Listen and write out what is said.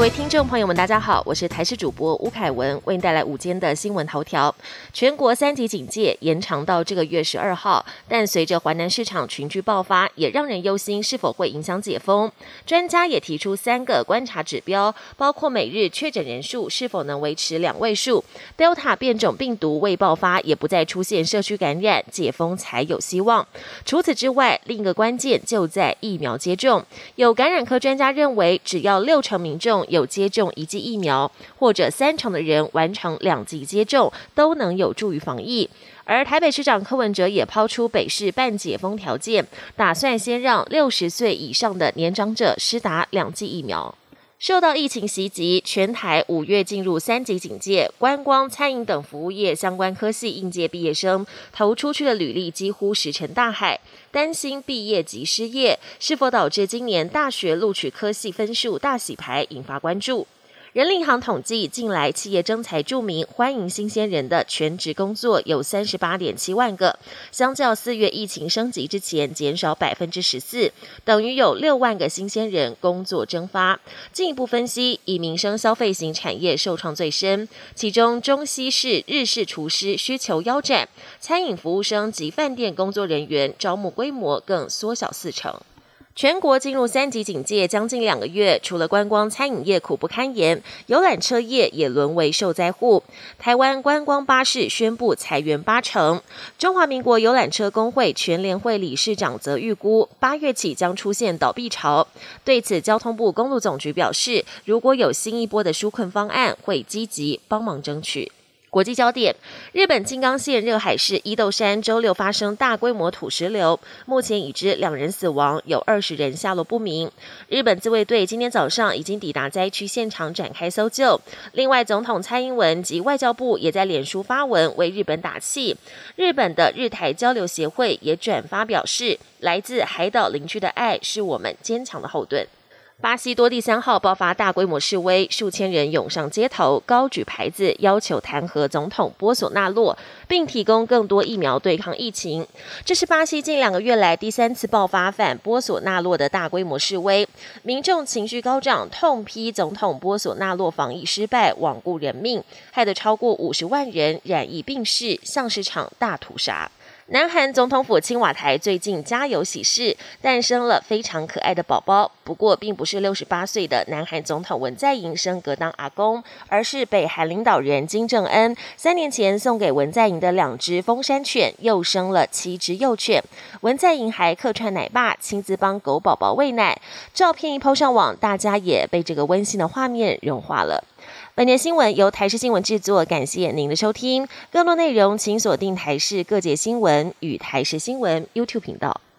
位听众朋友们，大家好，我是台视主播吴凯文，为您带来午间的新闻头条。全国3级警戒延长到这个月12号，但随着华南市场群聚爆发，也让人忧心是否会影响解封。专家也提出3个观察指标，包括每日确诊人数是否能维持2位数 ，Delta 变种病毒未爆发，也不再出现社区感染，解封才有希望。除此之外，另一个关键就在疫苗接种。有感染科专家认为，只要60%民众有接种1剂疫苗，或者30%的人完成2剂接种，都能有助于防疫。而台北市长柯文哲也抛出北市半解封条件，打算先让60岁以上的年长者施打2剂疫苗。受到疫情袭击，全台5月进入3级警戒，观光、餐饮等服务业相关科系应届毕业生投出去的履历几乎石沉大海，担心毕业即失业，是否导致今年大学录取科系分数大洗牌，引发关注。人力银行统计，近来企业征才注明欢迎新鲜人的全职工作有38.7万个，相较4月疫情升级之前减少14%，等于有6万个新鲜人工作蒸发。进一步分析，以民生消费型产业受创最深，其中中西式、日式厨师需求腰斩，餐饮服务生及饭店工作人员招募规模更缩小40%。全国进入3级警戒将近2个月，除了观光餐饮业苦不堪言，游览车业也沦为受灾户。台湾观光巴士宣布裁员80%，中华民国游览车工会全联会理事长则预估8月起将出现倒闭潮。对此，交通部公路总局表示，如果有新一波的纾困方案，会积极帮忙争取。国际焦点，日本静冈县热海市伊豆山周6发生大规模土石流，目前已知2人死亡，有20人下落不明。日本自卫队今天早上已经抵达灾区现场展开搜救。另外，总统蔡英文及外交部也在脸书发文为日本打气。日本的日台交流协会也转发表示，来自海岛邻居的爱是我们坚强的后盾。巴西多地3号爆发大规模示威，数千人涌上街头，高举牌子要求弹劾总统波索纳洛，并提供更多疫苗对抗疫情。这是巴西近2个月来第3次爆发反波索纳洛的大规模示威，民众情绪高涨，痛批总统波索纳洛防疫失败，罔顾人命，害得超过50万人染疫病逝，像是场大屠杀。南韩总统府青瓦台最近家有喜事，诞生了非常可爱的宝宝。不过，并不是68岁的南韩总统文在寅升格当阿公，而是北韩领导人金正恩3年前送给文在寅的2只丰山犬，又生了7只幼犬。文在寅还客串奶爸，亲自帮狗宝宝喂奶。照片一抛上网，大家也被这个温馨的画面融化了。本节新闻由台视新闻制作，感谢您的收听。更多内容请锁定台视各节新闻与台视新闻 YouTube 频道。